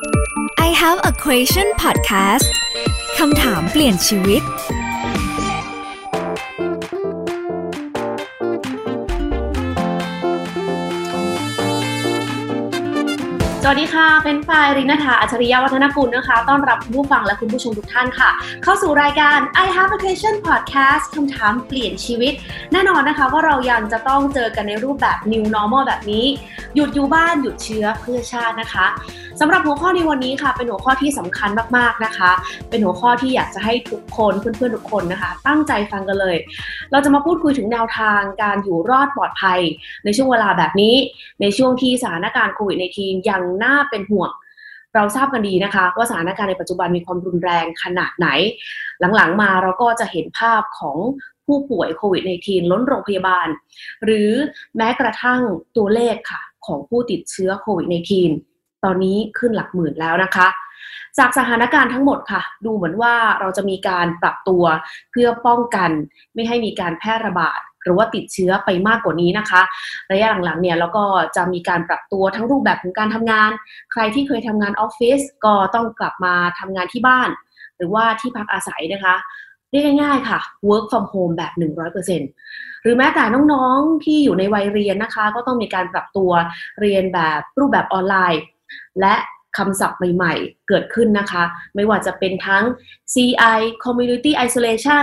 I have a question podcast คำถามเปลี่ยนชีวิตสวัสดีค่ะเป็นฝ่ายริณฐาอัจฉริยวัฒนกุลนะคะต้อนรับคุณผู้ฟังและคุณผู้ชมทุกท่านค่ะเข้าสู่รายการ I have a question podcast คำถามเปลี่ยนชีวิตแน่นอนนะคะว่าเรายังจะต้องเจอกันในรูปแบบ new normal แบบนี้หยุดอยู่บ้านหยุดเชื้อเพื่อชาตินะคะสำหรับหัวข้อในวันนี้ค่ะเป็นหัวข้อที่สำคัญมากๆนะคะเป็นหัวข้อที่อยากจะให้ทุกคนเพื่อนๆทุกคนนะคะตั้งใจฟังกันเลยเราจะมาพูดคุยถึงแนวทางการอยู่รอดปลอดภัยในช่วงเวลาแบบนี้ในช่วงที่สถานการณ์โควิด-19 ยังน่าเป็นห่วงเราทราบกันดีนะคะว่าสถานการณ์ในปัจจุบันมีความรุนแรงขนาดไหนหลังๆมาเราก็จะเห็นภาพของผู้ป่วยโควิด-19 ล้นโรงพยาบาลหรือแม้กระทั่งตัวเลขค่ะของผู้ติดเชื้อโควิด-19 ตอนนี้ขึ้นหลักหมื่นแล้วนะคะจากสถานการณ์ทั้งหมดค่ะดูเหมือนว่าเราจะมีการปรับตัวเพื่อป้องกันไม่ให้มีการแพร่ระบาดหรือว่าติดเชื้อไปมากกว่านี้นะคะระยะหลังๆเนี่ยเราก็จะมีการปรับตัวทั้งรูปแบบของการทำงานใครที่เคยทำงานออฟฟิศก็ต้องกลับมาทำงานที่บ้านหรือว่าที่พักอาศัยนะคะเรียกง่ายๆค่ะ work from home แบบ 100% หรือแม้แต่น้องๆที่อยู่ในวัยเรียนนะคะก็ต้องมีการปรับตัวเรียนแบบรูปแบบออนไลน์และคำศัพท์ใหม่ๆเกิดขึ้นนะคะไม่ว่าจะเป็นทั้ง CI Community Isolation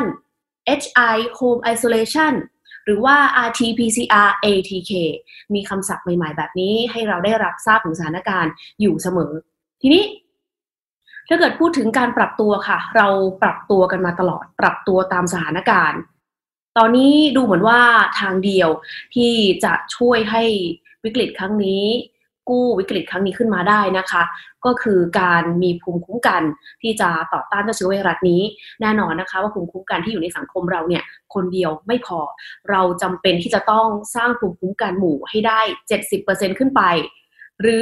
HI Home Isolation หรือว่า RT-PCR ATK มีคำศัพท์ใหม่ๆแบบนี้ให้เราได้รับทราบถึงสถานการณ์อยู่เสมอทีนี้ถ้าเกิดพูดถึงการปรับตัวค่ะเราปรับตัวกันมาตลอดปรับตัวตามสถานการณ์ตอนนี้ดูเหมือนว่าทางเดียวที่จะช่วยให้วิกฤตครั้งนี้กู้วิกฤตครั้งนี้ขึ้นมาได้นะคะก็คือการมีภูมิคุ้มกันที่จะต่อต้านเจ้าเชื้อไวรัสนี้แน่นอนนะคะว่าภูมิคุ้มกันที่อยู่ในสังคมเราเนี่ยคนเดียวไม่พอเราจำเป็นที่จะต้องสร้างภูมิคุ้มกันหมู่ให้ได้ 70% ขึ้นไปหรือ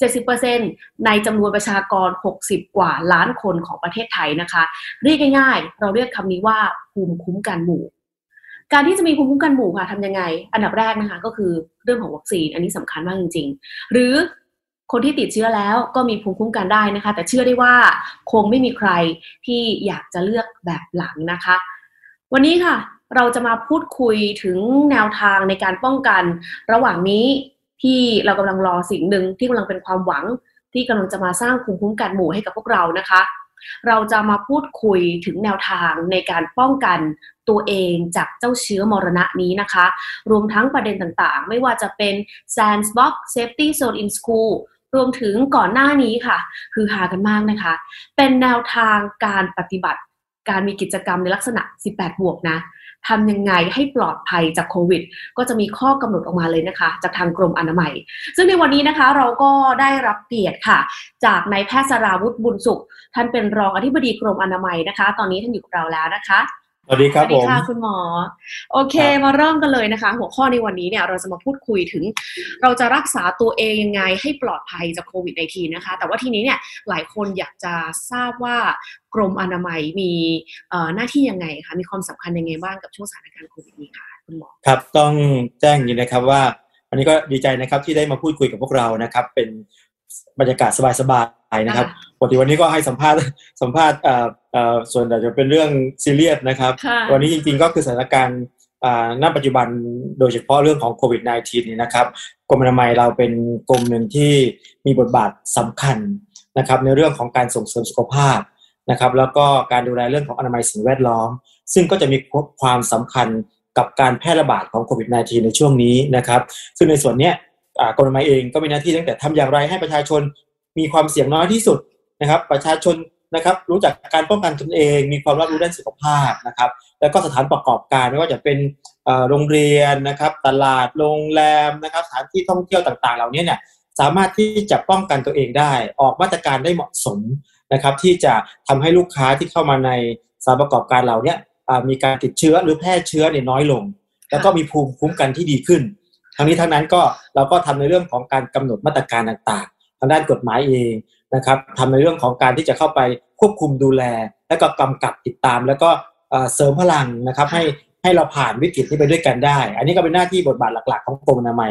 70% ในจำนวนประชากร60กว่าล้านคนของประเทศไทยนะคะเรียกง่ายๆเราเรียกคำนี้ว่าภูมิคุ้มกันหมู่การที่จะมีภูมิคุ้มกันหมู่ค่ะทำยังไงอันดับแรกนะคะก็คือเรื่องของวัคซีนอันนี้สำคัญมากจริงๆหรือคนที่ติดเชื้อแล้วก็มีภูมิคุ้มกันได้นะคะแต่เชื่อได้ว่าคงไม่มีใครที่อยากจะเลือกแบบหลังนะคะวันนี้ค่ะเราจะมาพูดคุยถึงแนวทางในการป้องกันระหว่างนี้ที่เรากำลังรอสิ่งหนึ่งที่กำลังเป็นความหวังที่กำลังจะมาสร้างภูมิคุ้มกันหมู่ให้กับพวกเรานะคะเราจะมาพูดคุยถึงแนวทางในการป้องกันตัวเองจากเจ้าเชื้อมรณะนี้นะคะรวมทั้งประเด็นต่างๆไม่ว่าจะเป็น Sandbox Safety Zone in School รวมถึงก่อนหน้านี้ค่ะคือหากันมากนะคะเป็นแนวทางการปฏิบัติการมีกิจกรรมในลักษณะ18 บวกนะทำยังไงให้ปลอดภัยจากโควิดก็จะมีข้อกำหนดออกมาเลยนะคะจากทางกรมอนามัยซึ่งในวันนี้นะคะเราก็ได้รับเกียรติค่ะจากนายแพทย์สราวุฒิบุญสุขท่านเป็นรองอธิบดีกรมอนามัยนะคะตอนนี้ท่านอยู่กับเราแล้วนะคะสวัสดีครับผมสวัสดีค่ะคุณหมอโอเคมาเริ่มกันเลยนะคะหัวข้อในวันนี้เนี่ยเราจะมาพูดคุยถึงเราจะรักษาตัวเองยังไงให้ปลอดภัยจากโควิด-19 นะคะแต่ว่าทีนี้เนี่ยหลายคนอยากจะทราบว่ากรมอนามัยมีหน้าที่ยังไงคะมีความสำคัญยังไงบ้างกับช่วงสถานการณ์โควิดนี้ค่ะคุณหมอครับต้องแจ้งอย่างนี้นะครับว่าวันนี้ก็ดีใจนะครับที่ได้มาพูดคุยกับพวกเรานะครับเป็นบรรยากาศสบายๆนะครับปกติวันนี้ก็ให้สัมภาษณ์ส่วนใหญ่จะเป็นเรื่องซีเรียสนะครับวันนี้จริงๆก็คือสถานการณ์ณปัจจุบันโดยเฉพาะเรื่องของโควิด-19 นี่นะครับกรมอนามัยเราเป็นกรมหนึ่งที่มีบทบาทสำคัญนะครับในเรื่องของการส่งเสริมสุขภาพนะครับแล้วก็การดูแลเรื่องของอนามัยสิ่งแวดล้อมซึ่งก็จะมีความสำคัญกับการแพร่ระบาดของโควิด-19 ในช่วงนี้นะครับซึ่งในส่วนนี้กรมอนามัยเองก็มีหน้าที่ตั้งแต่ทำอย่างไรให้ประชาชนมีความเสี่ยงน้อยที่สุดนะครับประชาชนนะครับรู้จักการป้องกันตนเองมีความรับรู้ด้านสุขภาพนะครับแล้วก็สถานประกอบการไม่ว่าจะเป็นโรงเรียนนะครับตลาดโรงแรมนะครับสถานที่ท่องเที่ยวต่างๆเหล่านี้เนี่ยสามารถที่จะป้องกันตัวเองได้ออกมาตรการได้เหมาะสมนะครับที่จะทำให้ลูกค้าที่เข้ามาในสถานประกอบการเหล่านี้มีการติดเชื้อหรือแพร่เชื้อน้อยลงแล้วก็มีภูมิคุ้มกันที่ดีขึ้นทั้งนี้ทั้งนั้นก็เราก็ทำในเรื่องของการกำหนดมาตรการต่างๆทางด้านกฎหมายเองนะครับทำในเรื่องของการที่จะเข้าไปควบคุมดูแลและก็กำกับติดตามแล้วก็เสริมพลังนะครับให้เราผ่านวิกฤตนี้ไปด้วยกันได้อันนี้ก็เป็นหน้าที่บทบาทหลักๆของกรมอนามัยครับ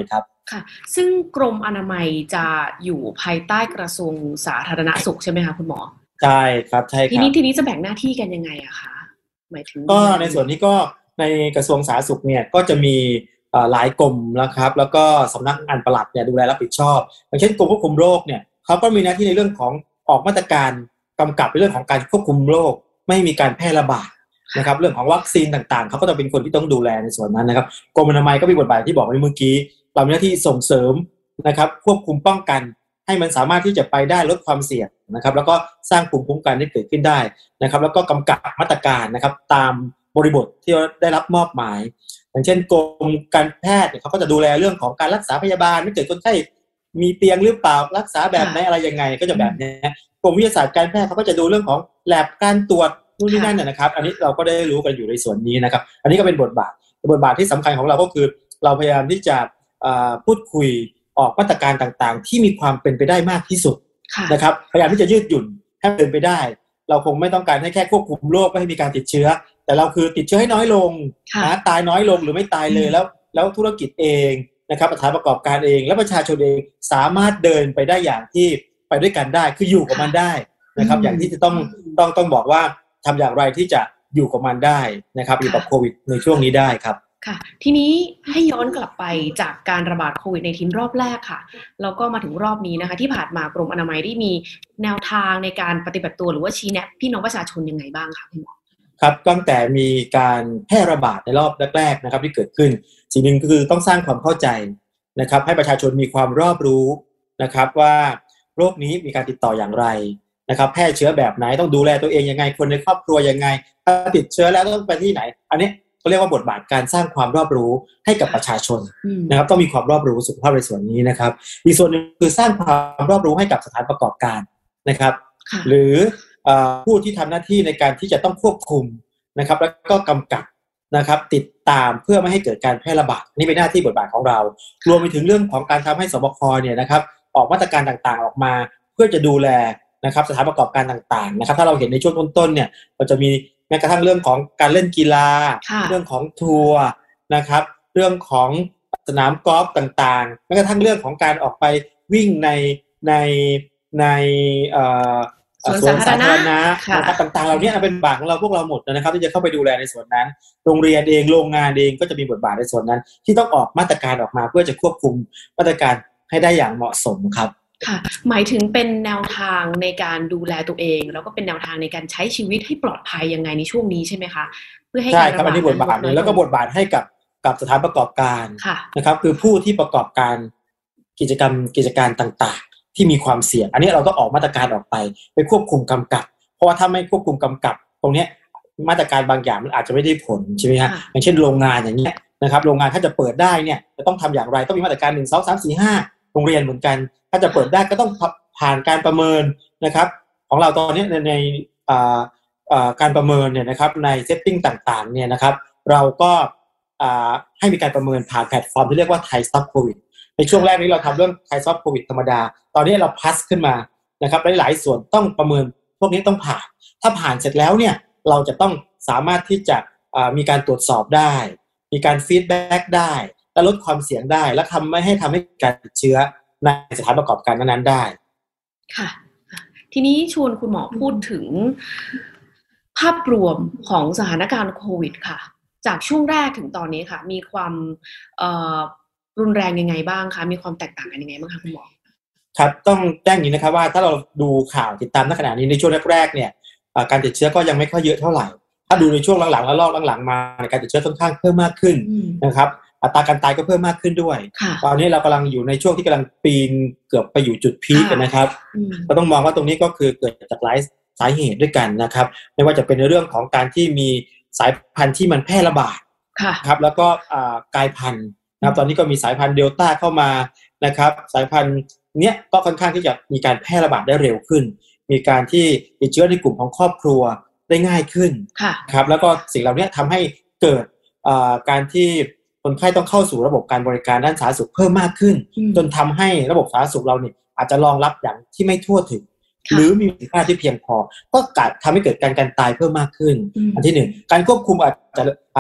ค่ะซึ่งกรมอนามัยจะอยู่ภายใต้กระทรวงสาธารณสุขใช่ไหมคะคุณหมอใช่ครับใช่ครับทีนี้จะแบ่งหน้าที่กันยังไงอะคะหมายถึงก็ในส่วนนี้ก็ในกระทรวงสาธารณสุขเนี่ยก็จะมีหลายกรมนะครับแล้วก็สำนักงานปลัดเนี่ยดูแลรับผิดชอบอย่างเช่นกรมควบคุมโรคเนี่ยเขาก็มีหน้าที่ในเรื่องของออกมาตรการกำกับในเรื่องของการควบคุมโรคไม่มีการแพร่ระบาดนะครับเรื่องของวัคซีนต่างๆเขาก็จะเป็นคนที่ต้องดูแลในส่วนนั้นนะครับกรมอนามัยก็มีบทบาทที่บอกไว้เมื่อกี้เรามีหน้าที่ส่งเสริมนะครับควบคุมป้องกันให้มันสามารถที่จะไปได้ลดความเสี่ยงนะครับแล้วก็สร้างภูมิคุ้มกันให้เกิดขึ้นได้นะครับแล้วก็กำกับมาตรการนะครับตามบริบทที่ได้รับมอบหมายอย่างเช่นกรมการแพทย์เขาก็จะดูแลเรื่องของการรักษาพยาบาลไม่เกิดคนไข้มีเตียงหรือเปล่ารักษาแบบไหนอะไรยังไงก็จะแบบนี้กรมวิทยาศาสตร์การแพทย์เขาก็จะดูเรื่องของแลบการตรวจนู่นนี่นั่นนะครับอันนี้เราก็ได้รู้กันอยู่ในส่วนนี้นะครับอันนี้ก็เป็นบทบาทที่สำคัญของเราก็คือเราพยายามที่จะพูดคุยออกมาตรการต่างๆที่มีความเป็นไปได้มากที่สุดนะครับพยายามที่จะยืดหยุ่นให้เป็นไปได้เราคงไม่ต้องการให้แค่ควบคุมโรคไม่ให้มีการติดเชื้อแต่เราคือติดเชื้อให้น้อยลงตายน้อยลงหรือไม่ตายเลยแล้วธุรกิจเองนะครับสถานประกอบการเองและประชาชนเองสามารถเดินไปได้อย่างที่ไปด้วยกันได้คืออยู่กับมันได้นะครับอย่างที่จะต้องบอกว่าทำอย่างไรที่จะอยู่กับมันได้นะครับอยู่กับโควิดในช่วงนี้ได้ครับค่ะทีนี้ให้ย้อนกลับไปจากการระบาดโควิด-19 รอบแรกค่ะแล้วก็มาถึงรอบนี้นะคะที่ผ่านมากรมอนามัยได้มีแนวทางในการปฏิบัติตัวหรือว่าชี้แนะพี่น้องประชาชนยังไงบ้างคะคุณหมอครับตั้งแต่มีการแพร่ระบาดในรอบแรกๆนะครับที่เกิดขึ้นสิ่งหนึ่งคือต้องสร้างความเข้าใจนะครับให้ประชาชนมีความรอบรู้นะครับว่าโรคนี้มีการติดต่ออย่างไรนะครับแพร่เชื้อแบบไหนต้องดูแลตัวเองยังไงคนในครอบครัวยังไงถ้าติดเชื้อแล้วต้องไปที่ไหนอันนี้เขาเรียกว่าบทบาทการสร้างความรอบรู้ให้กับประชาชนนะครับต้องมีความรอบรู้สุขภาพในส่วนนี้นะครับอีกส่วนหนึ่งคือสร้างความรอบรู้ให้กับสถานประกอบการนะครับหรือผู้ที่ทำหน้าที่ในการที่จะต้องควบคุมนะครับแล้วก็กำกับนะครับติดตามเพื่อไม่ให้เกิดการแพร่ระบาดนี่เป็นหน้าที่บทบาทของเรารวมไปถึงเรื่องของการทำให้สบคเนี่ยนะครับออกมาตรการต่างๆออกมาเพื่อจะดูแลนะครับสถานประกอบการต่างๆนะครับถ้าเราเห็นในช่วงต้นๆเนี่ยเราจะมีแม้กระทั่งเรื่องของการเล่นกีฬาเรื่องของทัวร์นะครับเรื่องของสนามกอล์ฟต่างๆแม้กระทั่งเรื่องของการออกไปวิ่งในสวนสาธารณะนะครับต่างๆเหล่านี้เป็นบทบาทของเราพวกเราหมดนะครับที่จะเข้าไปดูแลในส่วนนั้นโรงเรียนเองโรงงานเองก็จะมีบทบาทในส่วนนั้นที่ต้องออกมาตรการออกมาเพื่อจะควบคุมมาตรการให้ได้อย่างเหมาะสมครับค่ะหมายถึงเป็นแนวทางในการดูแลตัวเองแล้วก็เป็นแนวทางในการใช้ชีวิตให้ปลอดภัยยังไงในช่วงนี้ใช่ไหมคะเพื่อให้ใช่ครับอันนี้บทบาทนึงแล้วก็บทบาทให้กับสถานประกอบการนะครับคือผู้ที่ประกอบการกิจการต่างๆที่มีความเสี่ยงอันนี้เราต้องออกมาตรการออกไปควบคุมกำกับเพราะว่าถ้าไม่ควบคุมกำกับตรงนี้มาตรการบางอย่างมันอาจจะไม่ได้ผลใช่ไหมฮะอย่างเช่นโรงงานอย่างเงี้ยนะครับโรงงานถ้าจะเปิดได้เนี่ยจะต้องทำอย่างไรต้องมีมาตรการ1 2 3 4 5โรงเรียนเหมือนกันถ้าจะเปิดได้ก็ต้องผ่านการประเมินนะครับของเราตอนนี้ในการประเมินเนี่ยนะครับในเซตติ้งต่างๆเนี่ยนะครับเราก็ให้มีการประเมินผ่านแพลตฟอร์มที่เรียกว่า Thai Stop COVID ในช่วงแรกนี้เราทำเรื่อง Thai Stop COVID ธรรมดาตอนนี้เราพัสขึ้นมานะครับหลายๆส่วนต้องประเมินพวกนี้ต้องผ่านถ้าผ่านเสร็จแล้วเนี่ยเราจะต้องสามารถที่จะมีการตรวจสอบได้มีการฟีดแบ็กได้และลดความเสี่ยงได้และไม่ให้การติดเชื้อในสถานประกอบการนั้นๆได้ค่ะทีนี้ชวนคุณหมอพูดถึงภาพรวมของสถานการณ์โควิดค่ะจากช่วงแรกถึงตอนนี้ค่ะมีความรุนแรงยังไงบ้างคะมีความแตกต่างกันยังไงบ้างคะคุณหมอครับต้องแจ้งอย่างนี้นะครับว่าถ้าเราดูข่าวติดตามณขณะนี้ในช่วงแรกๆเนี่ยการติดเชื้อก็ยังไม่ค่อยเยอะเท่าไหร่ถ้าดูในช่วงหลังๆแล้วรอบหลังๆมาการติดเชื้อค่อนข้างเพิ่มมากขึ้นนะครับอัตราการตายก็เพิ่มมากขึ้นด้วยตอนนี้เรากำลังอยู่ในช่วงที่กำลังปีนเกือบไปอยู่จุดพีคกันนะครับเราต้องมองว่าตรงนี้ก็คือเกิดจากหลายสาเหตุด้วยกันนะครับไม่ว่าจะเป็นในเรื่องของการที่มีสายพันธุ์ที่มันแพร่ระบาดครับแล้วก็กลายพันธุ์นะครับตอนนี้ก็มีสายพันธุ์เดลต้าเข้ามานะครับสายพันธุ์เนี้ยก็ค่อนข้างที่จะมีการแพร่ระบาดได้เร็วขึ้นมีการที่ติดเชื้อในกลุ่มของครอบครัวได้ง่ายขึ้นครับแล้วก็สิ่งเหล่านี้ทำให้เกิดการที่คนไข้ต้องเข้าสู่ระบบการบริการด้านสาธารณสุขเพิ่มมากขึ้นจนทำให้ระบบสาธารณสุขเราเนี่ยอาจจะรองรับอย่างที่ไม่ทั่วถึงหรือมีประสิทธิภาพที่เพียงพอก็ทำให้เกิดการตายเพิ่มมากขึ้นอันที่หนึ่งการควบคุมอาจจะ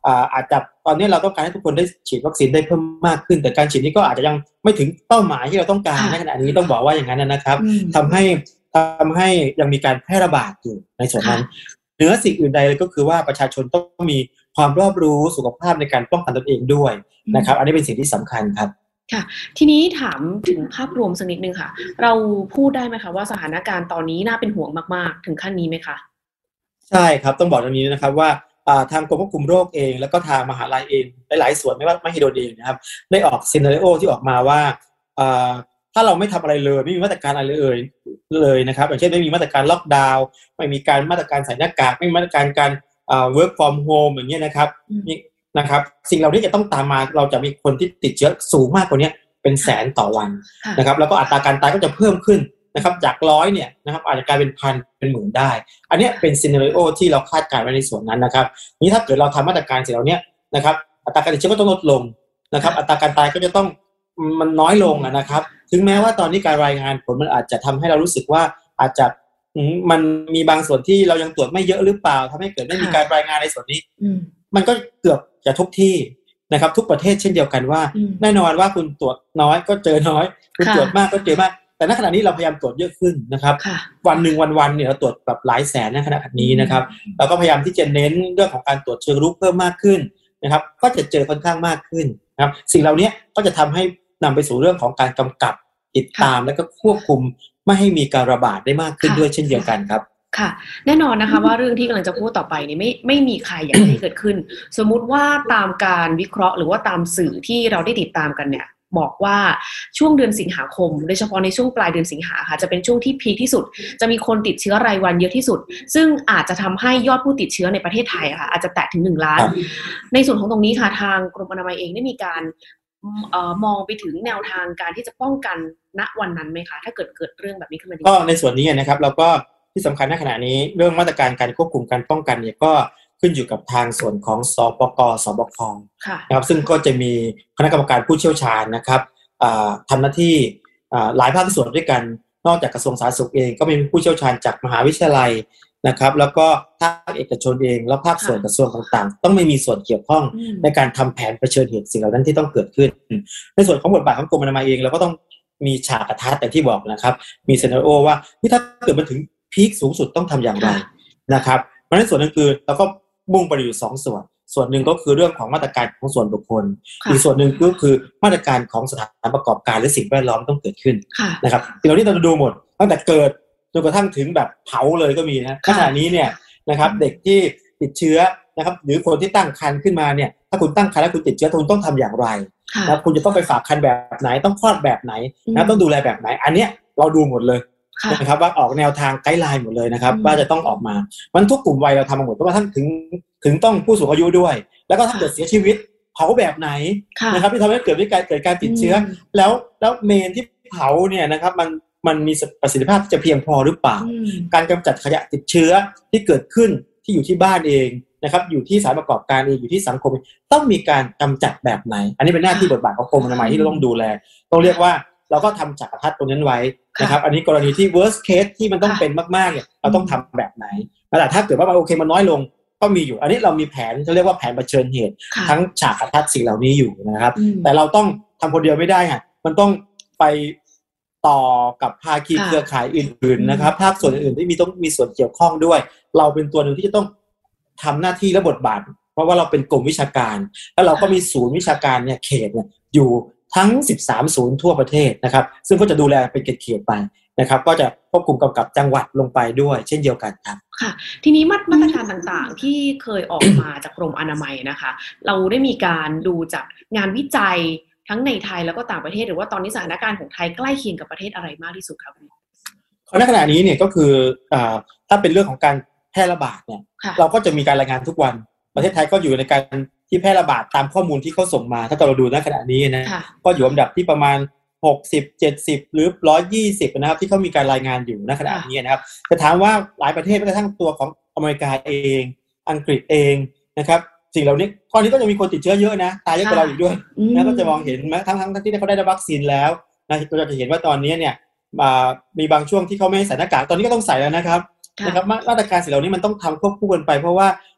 อาจจะตอนนี้เราต้องการให้ทุกคนได้ฉีดวัคซีนได้เพิ่มมากขึ้นแต่การฉีดนี้ก็อาจจะยังไม่ถึงเป้าหมายที่เราต้องการในขณะนี้ต้องบอกว่าอย่างนั้นนะครับทำให้ยังมีการแพร่ระบาดอยู่ในส่วนนั้นเหนือสิ่งอื่นใดเลยก็คือว่าประชาชนต้องมีความรอบรู้สุขภาพในการป้องกันตนเองด้วยนะครับอันนี้เป็นสิ่งที่สำคัญครับค่ะทีนี้ถามถึงภาพรวมสักนิดนึงค่ะเราพูดได้ไหมคะว่าสถานการณ์ตอนนี้น่าเป็นห่วงมากๆถึงขั้นนี้ไหมคะใช่ครับต้องบอกตรงนี้นะครับว่าทางกรมควบคุมโรคเองแล้วก็ทางมหาลัยเองหลายๆส่วนไม่ว่าไม่ฮิโดนเองนะครับได้ออกซีนาริโอที่ออกมาว่าถ้าเราไม่ทำอะไรเลยไม่มีมาตรการอะไรเลยนะครับอย่างเช่นไม่มีมาตรการล็อกดาวน์ไม่มีการมาตรการใส่หน้ากากไม่มีมาตรการการwork from home อย่างเงี้ยนะครับนี่นะครับสิ่งเหล่านี้จะต้องตามมาเราจะมีคนที่ติดเชื้อสูงมากกว่านี้เป็นแสนต่อวันนะครับแล้วก็อัตราการตายก็จะเพิ่มขึ้นนะครับจาก100เนี่ยนะครับอาจจะกลายเป็นพันเป็นหมื่นได้อันนี้เป็นซีนาริโอที่เราคาดการณ์ไว้ในส่วนนั้นนะครับนี้ถ้าเกิดเราทำมาตรการสิ่งเหล่านี้นะครับอัตราการติดเชื้อก็ต้องลดลงนะครับอัตราการตายก็จะต้องมันน้อยลงนะครับถึงแม้ว่าตอนนี้การรายงานผลมันอาจจะทำให้เรารู้สึกว่าอาจจะมันมีบางส่วนที่เรายังตรวจไม่เยอะหรือเปล่าทำให้เกิดไม่มีการรายงานในส่วนนี้มันก็เกือบจะทุกที่นะครับทุกประเทศเช่นเดียวกันว่าแน่นอนว่าคุณตรวจน้อยก็เจอน้อยคุณตรวจมากก็เจอมากแต่ณขณะนี้เราพยายามตรวจเยอะขึ้นนะครับวันหนึ่งวันเนี่ยเราตรวจแบบหลายแสนในขณะนี้นะครับเราก็พยายามที่จะเน้นเรื่องของการตรวจเชิงรุกเพิ่มมากขึ้นนะครับก็จะเจอค่อนข้างมากขึ้นนะครับสิ่งเหล่านี้ก็จะทำให้นำไปสู่เรื่องของการกำกับติดตามและก็ควบคุมไม่ให้มีการระบาดได้มากขึ้นด้วยเช่นเดียวกันครับค่ะแน่นอนนะคะว่าเรื่องที่กำลังจะพูดต่อไปนี่ไม่มีใครอยากให้เกิดขึ้นสมมุติว่าตามการวิเคราะห์หรือว่าตามสื่อที่เราได้ติดตามกันเนี่ยบอกว่าช่วงเดือนสิงหาคมโดยเฉพาะในช่วงปลายเดือนสิงหาค่ะจะเป็นช่วงที่พีคที่สุดจะมีคนติดเชื้อรายวันเยอะที่สุดซึ่งอาจจะทำให้ยอดผู้ติดเชื้อในประเทศไทยค่ะอาจจะแตะถึง1 ล้านในส่วนของตรงนี้ค่ะทางกรมอนามัยเองได้มีการมองไปถึงแนวทางการที่จะป้องกันณวันนั้นไหมคะถ้าเกิดเรื่องแบบนี้ขึ้นมาก็ในส่วนนี้นะครับเราก็ที่สำคัญในขณะนี้เรื่องมาตรการการควบคุมการป้องกันเนี่ยก็ขึ้นอยู่กับทางส่วนของสปก.สบค.นะครับซึ่งก็จะมีคณะกรรมการผู้เชี่ยวชาญนะครับทำหน้าที่หลายภาคส่วนด้วยกันนอกจากกระทรวงสาธารณสุขเองก็มีผู้เชี่ยวชาญจากมหาวิทยาลัยนะครับแล้วก็ภาคเอกชนเองและภาคส่วนกระทรวงต่างๆต้องไม่มีส่วนเกี่ยวข้องในการทำแผนเผชิญเหตุสิ่งเหล่านั้นที่ต้องเกิดขึ้นในส่วนของบทบาทของกรมอนามัยเองเราก็ต้องมีฉากกระทัดแต่ที่บอกนะครับมีซีนาริโอว่าถ้าเกิดมันถึงพีคสูงสุดต้องทำอย่างไรนะครับเพราะฉะนั้นส่วนนึงคือเราก็มุ่งไปอยู่2ส่วนหนึ่งก็คือเรื่องของมาตรการของส่วนบุคคลอีกส่วนหนึ่งก็คือมาตรการของสถานประกอบการและสิ่งแวดล้อมต้องเกิดขึ้นนะครับสิ่งเหล่านี้เราดูหมดตั้งแต่เกิดจนกระทั่งถึงแบบเผาเลยก็มีนะขณะนี้เนี่ยนะครับเด็กที่ติดเชื้อนะครับหรือคนที่ตั้งครรภ์ขึ้นมาเนี่ยถ้าคุณตั้งครรภ์แล้วคุณติดเชื้อคุณต้องทำอย่างไรนะคุณจะต้องไปฝากครรภ์แบบไหนต้องคลอดแบบไหนนะต้องดูแลแบบไหนอันเนี้ยเราดูหมดเลยนะครับว่าออกแนวทางไกด์ไลน์หมดเลยนะครับว่าจะต้องออกมามันทุกกลุ่มวัยเราทำมาหมดเพราะว่าท่านถึงต้องผู้สูงอายุด้วยแล้วก็ถ้าเกิดเสียชีวิตเผาแบบไหนนะครับที่ทำให้เกิดการติดเชื้อแล้วเมนที่เผาเนี่ยนะครับมันมีประสิทธิภาพที่จะเพียงพอหรือเปล่าการกำจัดขยะติดเชื้อที่เกิดขึ้นที่อยู่ที่บ้านเองนะครับอยู่ที่สถานประกอบการเองอยู่ที่สังคมต้องมีการกำจัดแบบไหนอันนี้เป็นหน้าที่บทบาทของกรมอนามัยที่เราต้องดูแลต้องเรียกว่าเราก็ทำฉากกระทัดตรงนั้นไว้นะครับอันนี้กรณีที่ worst case ที่มันต้องเป็นมากๆเนี่ยเราต้องทำแบบไหนแต่ถ้าเกิดว่าโอเคมันน้อยลงก็มีอยู่อันนี้เรามีแผนเขาเรียกว่าแผนเผชิญเหตุทั้งฉากกระทัดสิ่งเหล่านี้อยู่นะครับแต่เราต้องทำคนเดียวไม่ได้ฮะมันต้องไปต่อกับภาคีเครือข่ายอื่นๆนะครับภาคส่วนอื่นๆที่ต้องมีส่วนเกี่ยวข้องด้วยเราเป็นตัวหนึ่งที่จะต้องทำหน้าที่และบทบาทเพราะว่าเราเป็นกลุ่มวิชาการแล้วเราก็มีศูนย์วิชาการเนี่ยเขตเนี่ยอยู่ทั้ง13ศูนย์ทั่วประเทศนะครับซึ่งก็จะดูแลเป็นเขตไปนะครับก็จะควบคุมกำกับจังหวัดลงไปด้วยเช่นเดียวกันครับค่ะทีนี้มาตรการต่างๆที่เคยออกมาจากกรมอนามัยนะคะเราได้มีการดูจากงานวิจัยทั้งในไทยแล้วก็ต่างประเทศหรือว่าตอนนี้สถานการณ์ของไทยใกล้เคียงกับประเทศอะไรมากที่สุดครับในขณะนี้เนี่ยก็คือถ้าเป็นเรื่องของการแพร่ระบาดเนี่ยเราก็จะมีการรายงานทุกวันประเทศไทยก็อยู่ในการที่แพร่ระบาดตามข้อมูลที่เขาส่งมาถ้าเราดูณขณะนี้นะก็อยู่อันดับที่ประมาณ60 70หรือ120นะครับที่เขามีการรายงานอยู่ณขณะนี้นะครับจะถามว่าหลายประเทศแม้กระทั่งตัวของอเมริกาเองอังกฤษเองนะครับสิ่งเหล่านี้ตอนนี้ก็จะมีคนติดเชื้อเยอะนะตายเยอะกว่าเราอีกด้วยนะก็จะมองเห็นไหมทั้งที่เขาได้รับวัคซีนแล้วนะเราจะเห็นว่าตอนนี้เนี่ยมีบางช่วงที่เขาไม่ให้ใส่หน้ากากตอนนี้ก็ต้องใส่แล้วนะครับมาตรการสิ่งเหล่านี้มันต้องทำควบคู่กันไปเพราะว่า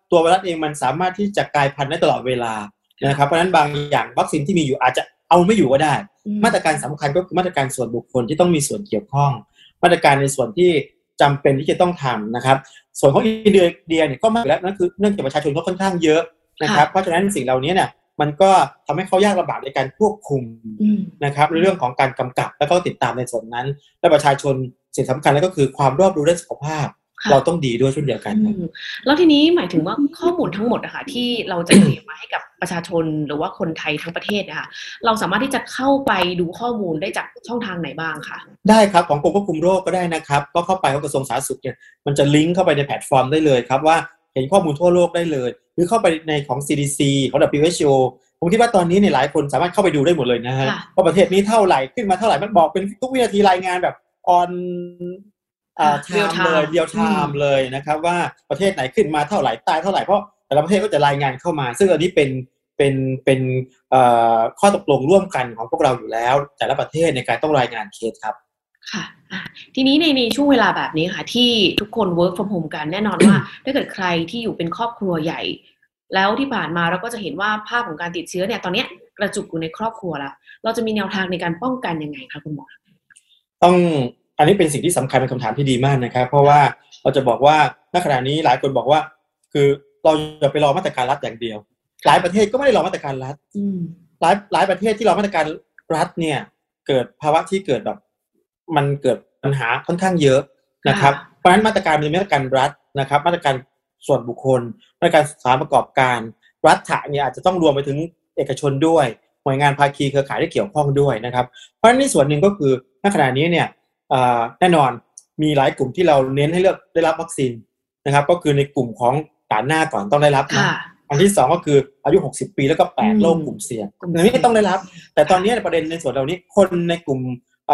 ตัวไวรัสเองมันสามารถที่จะกลายพันธุ์ได้ตลอดเวลานะครับเพราะฉะนั้นบางอย่างวัคซีนที่มีอยู่อาจจะเอาไม่อยู่ก็ได้มาตรการสำคัญก็คือมาตรการส่วนบุคคลที่ต้องมีส่วนเกี่ยวข้องมาตรการในส่วนที่จำเป็นที่จะต้องทำนะครับส่วนของอินเดียเนี่ยก็มากแล้วนั่นคือเนื่องจากประชาชนเขาค่อนข้างเยอะนะครับเพราะฉะนั้นสิ่งเหล่านี้เนี่ยมันก็ทำให้เขายากลำบากในการควบคุมนะครับในเรื่องของการกำกับแล้วก็ติดตามในส่วนนั้นและประชาชนสิ่งสำคัญแล้วก็คือความรอบรู้เรื่องสุขภาพเราต้องดีด้วยเช่นเดียวกันแล้วทีนี้หมายถึงว่าข้อมูลทั้งหมดนะคะที่เราจะเก็บมาให้กับประชาชนหรือว่าคนไทยทั้งประเทศนะคะเราสามารถที่จะเข้าไปดูข้อมูลได้จากช่องทางไหนบ้างคะได้ครับของกรมควบคุมโรคก็ได้นะครับก็เข้าไปของกระทรวงสาธารณสุขเนี่ยมันจะลิงก์เข้าไปในแพลตฟอร์มได้เลยครับว่าเห็นข้อมูลทั่วโลกได้เลยหรือเข้าไปในของ CDC ของ WHO ผมคิดว่าตอนนี้เนี่ยหลายคนสามารถเข้าไปดูได้หมดเลยนะฮะว่าประเทศนี้เท่าไหร่ขึ้นมาเท่าไหร่มันบอกเป็นทุกวินาทีรายงานแบบออนไทม์เลยเรียลไทม์เลยนะครับว่าประเทศไหนขึ้นมาเท่าไหร่ตายเท่าไหร่เพราะแต่ละประเทศก็จะรายงานเข้ามาซึ่งอันนี้เป็นข้อตกลงร่วมกันของพวกเราอยู่แล้วแต่ละประเทศในการต้องรายงานเคสครับค่ะทีนี้ในช่วงเวลาแบบนี้ค่ะที่ทุกคน work from home กันแน่นอนว่า ถ้าเกิดใครที่อยู่เป็นครอบครัวใหญ่แล้วที่ผ่านมาเราก็จะเห็นว่าภาพของการติดเชื้อเนี่ยตอนนี้กระจุกอยู่ในครอบครัวแล้วเราจะมีแนวทางในการป้องกันยังไงคะคุณหมออันนี้เป็นสิ่งที่สำคัญเป็นคำถามที่ดีมากนะครับเพราะว่าเราจะบอกว่าณขณะนี้หลายคนบอกว่าคือเราจะไปรอมาตรการรัฐอย่างเดียวหลายประเทศก็ไม่ได้รอมาตรการรัฐหลายประเทศที่รอมาตรการรัฐเนี่ยเกิดภาวะที่เกิดแบบมันเกิดปัญหาค่อนข้างเยอะนะครับเพราะฉะนั้นมาตรการเป็นมาตรการรัฐนะครับมาตรการส่วนบุคคลมาตรการสถานประกอบการรัฐเนี่ยอาจจะต้องรวมไปถึงเอกชนด้วยหน่วยงานภาคีเครือข่ายที่เกี่ยวข้องด้วยนะครับเพราะฉะนั้นในส่วนหนึ่งก็คือณขณะนี้เนี่ยแน่นอนมีหลายกลุ่มที่เราเน้นให้เลือกได้รับวัคซีนนะครับก็คือในกลุ่มของด่านหน้าก่อนต้องได้รับนะอันที่2ก็คืออายุ60ปีแล้วก็8โรคกลุ่มเสี่ยงอันนี้ต้องได้รับแต่ตอนนี้ประเด็นในส่วนเหล่านี้คนในกลุ่ม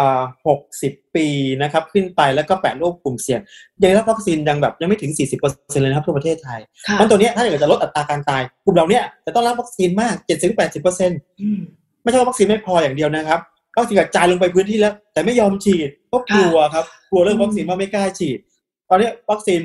60ปีนะครับขึ้นไปแล้วก็8โรคกลุ่มเสี่ยงยังได้รับวัคซีนยังไม่ถึง 40% เลยนะครับทั่วประเทศไทยเพราะตัวนี้ถ้าอยากจะลดอัตราการตายกลุ่มเราเนี่ยจะต้องรับวัคซีนมาก 70-80% ไม่ใช่ว่าวัคซีนไม่พออย่างเดียวนะครับวัคซีนกระจายลงไปพื้นที่แล้วแต่ไม่ยอมฉีดก็กลัวครับกลัวเรื่องวัคซีนว่าไม่กล้าฉีดตอนนี้วัคซีน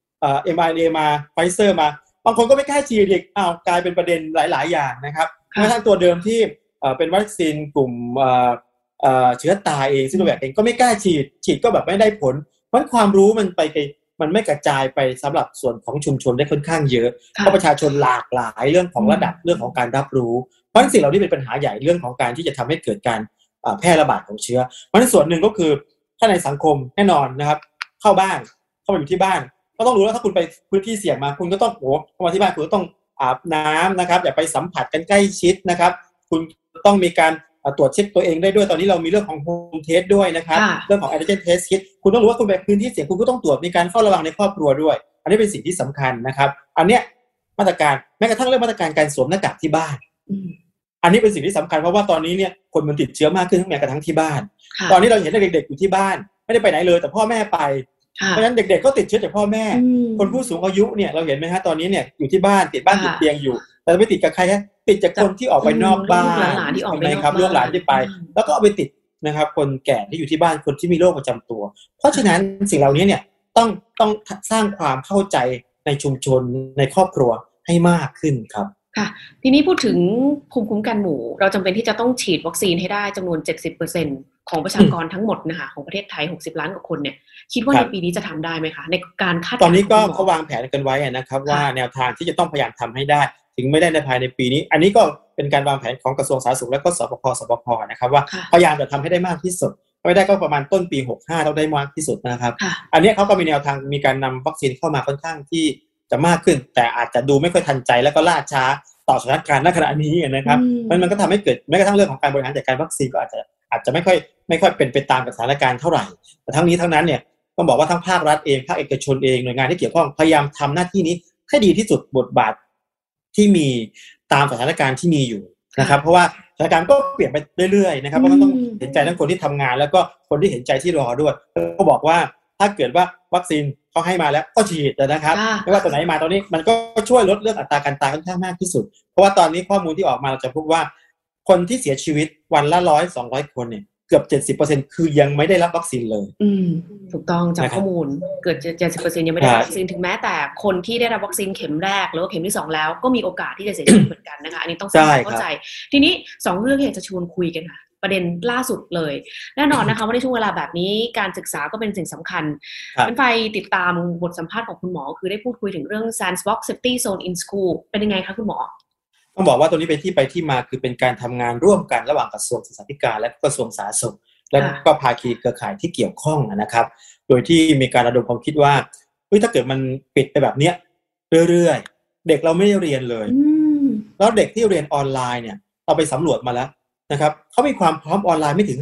mRNA มาไฟเซอร์มาบางคนก็ไม่กล้าฉีดอีกกลายเป็นประเด็นหลายๆอย่างนะครับแม้กระทั่งตัวเดิมที่เป็นวัคซีนกลุ่มเชื้อตายเองซึ่งตัวแบบเองก็ไม่กล้าฉีดก็แบบไม่ได้ผลเพราะความรู้มันไม่กระจายไปสำหรับส่วนของชุมชนได้ค่อนข้างเยอะเพราะประชาชนหลากหลายเรื่องของระดับเรื่องของการรับรู้เพราะฉะนั้นสิ่งเหล่านี้เป็นปัญหาใหญ่เรื่องของการที่จะทำให้เกิดการแพร่ระบาดของเชื้อเพราะฉะนั้นส่วนหนึ่งก็คือถ้าในสังคมแน่นอนนะครับเข้ามาอยู่ที่บ้านก็ต้องรู้ว่าถ้าคุณไปพื้นที่เสี่ยงมาคุณก็ต้องเข้ามาที่บ้านคุณก็ต้องอาบน้ำนะครับอย่าไปสัมผัสกันใกล้ชิดนะครับคุณต้องมีการตรวจเช็คตัวเองได้ด้วยตอนนี้เรามีเรื่องของโฮมเทสด้วยนะครับเรื่องของแอนติเจนเทสคิทคุณต้องรู้ว่าคุณไปพื้นที่เสี่ยงคุณก็ต้องตรวจมีการเฝ้าระวังในครอบครัวด้วยอันนี้เป็นสิ่งที่สำคัญนะครับอันเนี้ยมาตรการแม้กระทั่งเรื่องมาตรการการสวมหน้ากากที่บ้านอันนี้เป็นสิ่งที่สำคัญเพราะว่าตอนนี้เนี่ยคนมันติดเชื้อมากขึ้นทั้งแม้กระทั่งที่บ้านตอนนี้เราเห็นเด็กๆอยู่ที่บ้านไม่ได้ไปไหนเลยแต่พ่อแม่ไปเพราะฉะนั้นเด็กๆก็ติดเชื้อจากพ่อแม่คนผู้สูงอายุเนี่ยเราเห็นไหมฮะตอนนี้เนี่ยอยู่ที่บ้านติดเตียงอยู่แต่ไม่ติดกับใครฮะติดจากคนที่ออกไปนอกบ้านใช่ไหมครับลูกหลานที่ไปแล้วก็เอาไปติดนะครับคนแก่ที่อยู่ที่บ้านคนที่มีโรคประจำตัวเพราะฉะนั้นสิ่งเหล่านี้เนี่ยต้องสร้างความเข้าใจในชุมชนในครอบครัวให้มากขึ้นครับค่ะทีนี้พูดถึงภูมิคุ้มกันหมู่เราจำเป็นที่จะต้องฉีดวัคซีนให้ได้จำนวน 70% ของประชากรทั้งหมดนะคะของประเทศไทย60ล้านกว่าคนเนี่ยคิดว่าในปีนี้จะทำได้ไหมคะในการคาดตอนนี้ก็เขาวางแผนกันไว้นะครับว่าแนวทางที่จะต้องพยายามทำให้ได้ถึงไม่ได้ในภายในปีนี้อันนี้ก็เป็นการวางแผนของกระทรวงสาธารณสุขและก็สบคนะครับว่าพยายามจะทำให้ได้มากที่สุดไม่ได้ก็ประมาณต้นปี65ต้องได้มากที่สุดนะครับอันนี้เขาก็มีแนวทางมีการนำวัคซีนเข้ามาค่อนข้างที่จะมากขึ้นแต่อาจจะดูไม่ค่อยทันใจแล้วก็ล่าช้าต่อสถานการณ์ณขณะนี้นะครับมันก็ทำให้เกิดแม้กระทั่งเรื่องของการบริหารจัดการวัคซีนก็อาจจะไม่ค่อยเป็นไปตามสถานการณ์เท่าไหร่แต่ทั้งนี้ทั้งนั้นเนี่ยต้องบอกว่าทั้งภาครัฐเองภาคเอกชนเองหน่วยงานที่เกี่ยวข้องพยายามทำหน้าที่นี้ให้ดีที่สุดบทบาทที่มีตามสถานการณ์ที่มีอยู่นะครับเพราะว่าสถานการณ์ก็เปลี่ยนไปเรื่อยๆนะครับเพราะมันต้องเห็นใจทั้งคนที่ทำงานแล้วก็คนที่เห็นใจที่รอด้วยก็บอกว่าถ้าเกิดว่าวัคซีนเขาให้มาแล้วก็ฉีดนะครับไม่ว่าตัวไหนมาตอนนี้มันก็ช่วยลดเรื่องอัตราการตายค่อนข้างมากที่สุดเพราะว่าตอนนี้ข้อมูลที่ออกมาเราจะพบว่าคนที่เสียชีวิตวันละ100-200 คนเนี่ยกือบ 70% คือยังไม่ได้รับวัคซีนเลยถูกต้องจากข้อมูลเกิด 70% ยังไม่ได้รับวัคซีนถึงแม้แต่คนที่ได้รับวัคซีนเข็มแรกหรือว่าเข็มที่2แล้วก็มีโอกาสที่จะเสียชีวิตเหมือนกันนะคะอันนี้ต้องเข้าใจทีนี้2เรื่องที่อยากจะชวนคุยกันค่ะประเด็นล่าสุดเลยแน่นอนนะคะว่าในช่วงเวลาแบบนี้การศึกษาก็เป็นสิ่งสำคัญเป็นไปติดตามบทสัมภาษณ์ของคุณหมอคือได้พูดคุยถึงเรื่อง Sandbox Safety Zone in School เป็นยังไงคะคุณหมอต้องบอกว่าตัวนี้เป็นที่ไปที่มาคือเป็นการทำงานร่วมกันระหว่างกระทรวงศึกษาธิการและกระทรวงสาธารณสุขและก็ภาคีเครือข่ายที่เกี่ยวข้องนะครับโดยที่มีการระดมความคิดว่าถ้าเกิดมันปิดไปแบบเนี้ยเรื่อยๆเด็กเราไม่ได้เรียนเลยแล้วเด็กที่เรียนออนไลน์เนี่ยเราไปสำรวจมาแล้วนะครับเขามีความพร้อมออนไลน์ไม่ถึง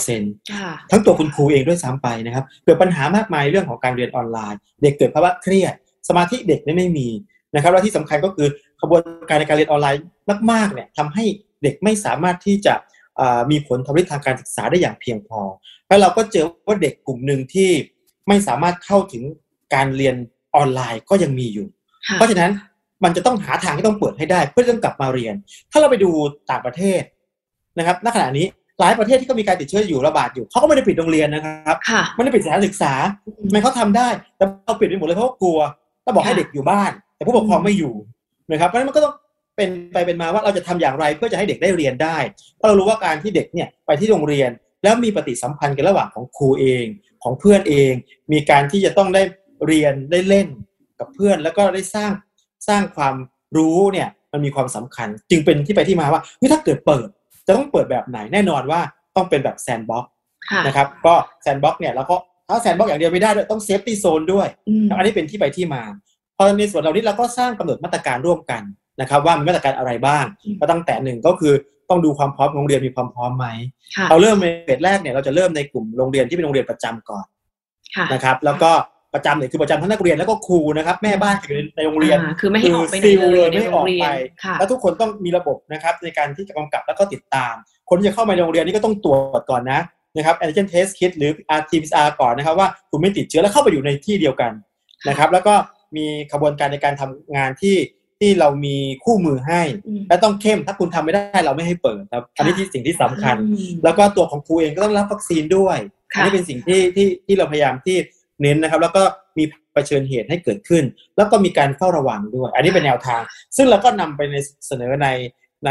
50% ทั้งตัวคุณครูเองด้วยซ้ำไปนะครับเกิดปัญหามากมายเรื่องของการเรียนออนไลน์เด็กเกิดภาวะเครียดสมาธิเด็กไม่มีนะครับและที่สำคัญก็คือขบวนการในการเรียนออนไลน์มากๆเนี่ยทำให้เด็กไม่สามารถที่จะมีผลทางการศึกษาได้อย่างเพียงพอแล้วเราก็เจอว่าเด็กกลุ่มหนึ่งที่ไม่สามารถเข้าถึงการเรียนออนไลน์ก็ยังมีอยู่เพราะฉะนั้นมันจะต้องหาทางที่ต้องเปิดให้ได้เพื่อต้องกลับมาเรียนถ้าเราไปดูต่างประเทศนะครับณขณะนี้หลายประเทศที่ก็มีการติดเชื้ออยู่ระบาดอยู่เขาก็ไม่ได้ปิดโรงเรียนนะครับไม่ได้ปิดสถานศึกษาทำไมเขาทำได้แต่เราปิดไปหมดเลยเพราะกลัวแล้วบอกให้เด็กอยู่บ้านแต่ผู้ปกครองไม่อยู่นะครับเพราะฉะนั้นมันก็ต้องเป็นไปเป็นมาว่าเราจะทำอย่างไรเพื่อจะให้เด็กได้เรียนได้เพราะเรารู้ว่าการที่เด็กเนี่ยไปที่โรงเรียนแล้วมีปฏิสัมพันธ์กันระหว่างของครูเองของเพื่อนเองมีการที่จะต้องได้เรียนได้เล่นกับเพื่อนแล้วก็ได้สร้างความรู้เนี่ยมันมีความสำคัญจึงเป็นที่ไปที่มาว่าถ้าเกิดเปิดจะต้องเปิดแบบไหนแน่นอนว่าต้องเป็นแบบแซนด์บ็อกซ์นะครับก็แซนด์บ็อกซ์เนี่ยแล้วก็ถ้าแซนด์บ็อกซ์อย่างเดียวไม่ได้ด้วยต้องเซฟตี้โซนด้วยอันนี้เป็นที่ไปที่มาพอในส่วนเหล่านี้เราก็สร้างกำหนดมาตรการร่วมกันนะครับว่ามีมาตรการอะไรบ้างก็ตั้งแต่หนึ่งก็คือต้องดูความพร้อมโรงเรียนมีความพร้อมไหมเราเริ่มในเฟสแรกเนี่ยเราจะเริ่มในกลุ่มโรงเรียนที่เป็นโรงเรียนประจำก่อนนะครับแล้วก็ประจำเนี่ยคือประจำทั้งนักเรียนแล้วก็ครูนะครับแม่บ้านอยู่ในโรงเรียนคือไม่ให้ออกไปไหนเลยในโรงเรียนแล้วทุกคนต้องมีระบบนะครับในการที่จะกำกับแล้วก็ติดตามคนที่จะเข้ามาในโรงเรียนนี่ก็ต้องตรวจก่อนนะครับ antigen test kit หรือ RT-PCR ก่อนนะครับว่าคุณไม่ติดเชื้อแล้วเข้าไปอยู่ในที่เดียวกันนะครับแล้วก็มีขบวนการในการทำงานที่เรามีคู่มือให้และต้องเข้มถ้าคุณทำไม่ได้เราไม่ให้เปิดครับอันนี้ที่สิ่งที่สำคัญแล้วก็ตัวของครูเองก็ต้องรับวัคซีนด้วยอันนี้เป็นสิ่งที่เราพยายามที่เน้นนะครับแล้วก็มีเผชิญเหตุให้เกิดขึ้นแล้วก็มีการเฝ้าระวังด้วยอันนี้เป็นแนวทางซึ่งเราก็นำไปเสนอใน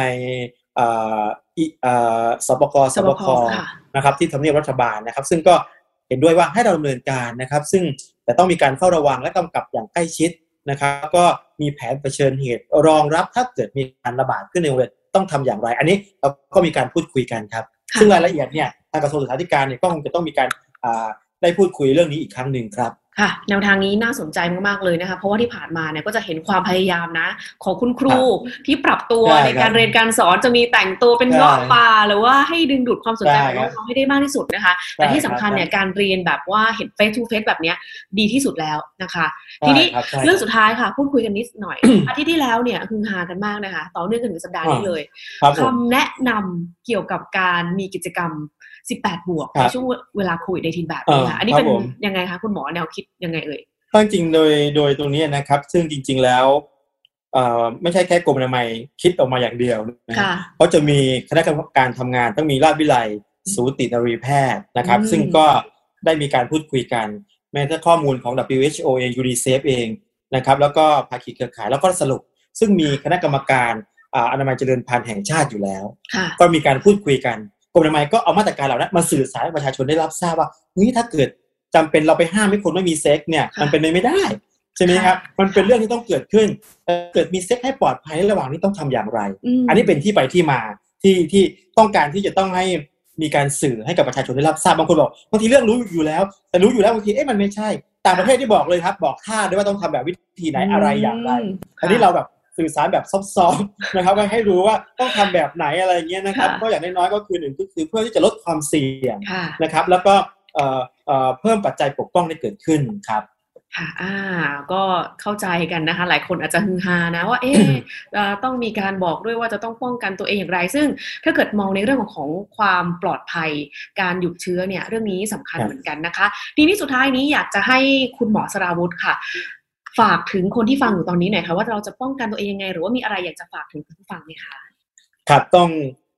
สบคนะครับที่ทำเนียบรัฐบาลนะครับซึ่งก็เห็นด้วยว่าให้เราดำเนินการนะครับซึ่งแต่ต้องมีการเฝ้าระวังและกำกับอย่างใกล้ชิดนะครับก็มีแผนเผชิญเหตุรองรับถ้าเกิดมีการระบาดขึ้นในโรงเรียนต้องทำอย่างไรอันนี้เราก็มีการพูดคุยกันครับซึ่งรายละเอียดเนี่ยทางกระทรวงศึกษาธิการเนี่ยก็คงจะต้องมีการได้พูดคุยเรื่องนี้อีกครั้งหนึ่งครับค่ะแนวทางนี้น่าสนใจมากๆเลยนะคะเพราะว่าที่ผ่านมาเนี่ยก็จะเห็นความพยายามนะของคุณครูที่ปรับตัวในการเรียนการสอนจะมีแต่งตัวเป็นเงาะป่าหรือว่าให้ดึงดูดความสนใจของน้องๆให้ได้มากที่สุดนะคะแต่ที่สำคัญเนี่ยการเรียนแบบว่าเห็น face to face แบบนี้ดีที่สุดแล้วนะคะทีนี้เรื่องสุดท้ายค่ะพูดคุยกันนิดหน่อย อาทิตย์ที่แล้วเนี่ยฮือฮากันมากนะคะต่อเนื่องกันถึงสัปดาห์นี้เลยคำแนะนำเกี่ยวกับการมีกิจกรรม18 บวกในช่วงเวลาโควิด-19 แบบนี้ค่ะอันนี้เป็นยังไงคะคุณหมอแนวคิดยังไงเอ่ยจริงโดยตรงนี้นะครับซึ่งจริงๆแล้วไม่ใช่แค่กรมอนามัยคิดออกมาอย่างเดียวนะเขาจะมีคณะกรรมการทำงานต้องมีราชวิไลสูตินรีแพทย์นะครับซึ่งก็ได้มีการพูดคุยกันแม้แต่ข้อมูลของ WHO เอง UNICEF เองนะครับแล้วก็ภาคีเครือข่ายแล้วก็สรุปซึ่งมีคณะกรรมการอนามัยเจริญพันธุ์แห่งชาติอยู่แล้วก็มีการพูดคุยกันกรมอนามัยก็เอามาตรการเหล่านั้นมาสื่อสารให้ประชาชนได้รับทราบว่าถ้าเกิดจำเป็นเราไปห้ามให้คนไม่มีเซ็กเนี่ยมันเป็นไปไม่ได้ใช่ไหมครับมันเป็นเรื่องที่ต้องเกิดขึ้นเกิดมีเซ็กให้ปลอดภัยระหว่างนี้ต้องทำอย่างไรอันนี้เป็นที่ไปที่มาที่ต้องการที่จะต้องให้มีการสื่อให้กับประชาชนได้รับทราบบางคนบอกบางทีเรื่องรู้อยู่แล้วแต่รู้อยู่แล้วบางทีมันไม่ใช่ต่างประเทศที่บอกเลยครับบอกท่าด้วยว่าต้องทำแบบวิธีไหนอะไรอย่างไรอันนี้เราแบบสื่อสารแบบซอฟต์ๆนะครับให้รู้ว่าต้องทำแบบไหนอะไรอย่างเงี้ยนะครับก็อย่างน้อยๆก็คือ1ก็คือเพื่อที่จะลดความเสี่ยงนะครับแล้วก็เพิ่มปัจจัยปกป้องให้เกิดขึ้นครับค่ะก็เข้าใจกันนะคะหลายคนอาจจะฮือฮานะว่าต้องมีการบอกด้วยว่าจะต้องป้องกันตัวเองอย่างไรซึ่งถ้าเกิดมองในเรื่องของความปลอดภัยการหยุดเชื้อเนี่ยเรื่องนี้สำคัญเหมือนกันนะคะทีนี้สุดท้ายนี้อยากจะให้คุณหมอสราวุธค่ะฝากถึงคนที่ฟังอยู่ตอนนี้หน่อยค่ะว่าเราจะป้องกันตัวเองยังไงหรือว่ามีอะไรอยากจะฝากถึงผู้ฟังไหมคะครับต้อง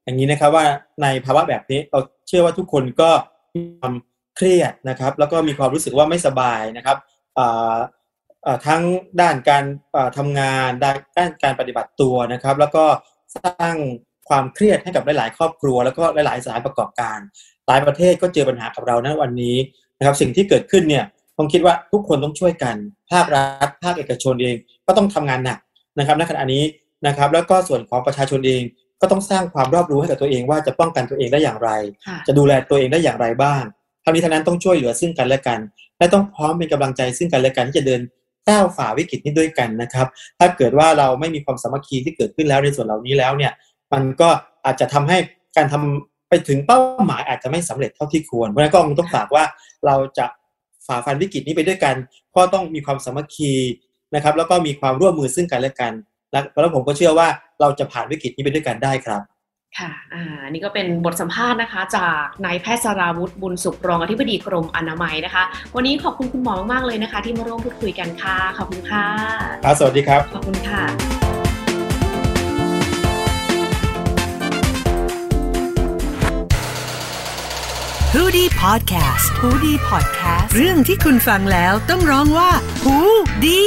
อย่างนี้นะครับว่าในภาวะแบบนี้เราเชื่อว่าทุกคนก็มีความเครียดนะครับแล้วก็มีความรู้สึกว่าไม่สบายนะครับทั้งด้านการทำงานด้านการปฏิบัติตัวนะครับแล้วก็สร้างความเครียดให้กับหลายๆครอบครัวแล้วก็หลายๆสถานประกอบการหลายประเทศก็เจอปัญหากับเราณวันนี้นะครับสิ่งที่เกิดขึ้นเนี่ยผมคิดว่าทุกคนต้องช่วยกันภาครัฐภาคเอกชนเองก็ต้องทำงานหนักนะครับณขณะนี้นะครับแล้วก็ส่วนของประชาชนเองก็ต้องสร้างความรอบรู้ให้กับตัวเองว่าจะป้องกันตัวเองได้อย่างไรจะดูแลตัวเองได้อย่างไรบ้างทั้งนี้ทั้งนั้นต้องช่วยเหลือซึ่งกันและกันและต้องพร้อมเป็นกำลังใจซึ่งกันและกันที่จะเดินก้าวฝ่าวิกฤตนี้ด้วยกันนะครับถ้าเกิดว่าเราไม่มีความสามัคคีที่เกิดขึ้นแล้วในส่วนเหล่านี้แล้วเนี่ยมันก็อาจจะทำให้การทำไปถึงเป้าหมายอาจจะไม่สำเร็จเท่าที่ควรเพราะฉะนั้นก็ต้องฝากว่าเราจะฝ่าฟันวิกฤตนี้ไปด้วยกันก็ต้องมีความสามัคคีนะครับแล้วก็มีความร่วมมือซึ่งกันและกันแล้วผมก็เชื่อว่าเราจะผ่านวิกฤตนี้ไปด้วยกันได้ครับค่ะนี่ก็เป็นบทสัมภาษณ์นะคะจากนายแพทย์สราวุฒิบุญสุขรองอธิบดีกรมอนามัยนะคะวันนี้ขอบคุณคุณหมอมากๆเลยนะคะที่มาร่วมพูดคุยกันค่ะขอบคุณค่ะสวัสดีครับขอบคุณค่ะฮูดี้พอดแคสต์ฮูดี้พอดแคสต์เรื่องที่คุณฟังแล้วต้องร้องว่าฮูดี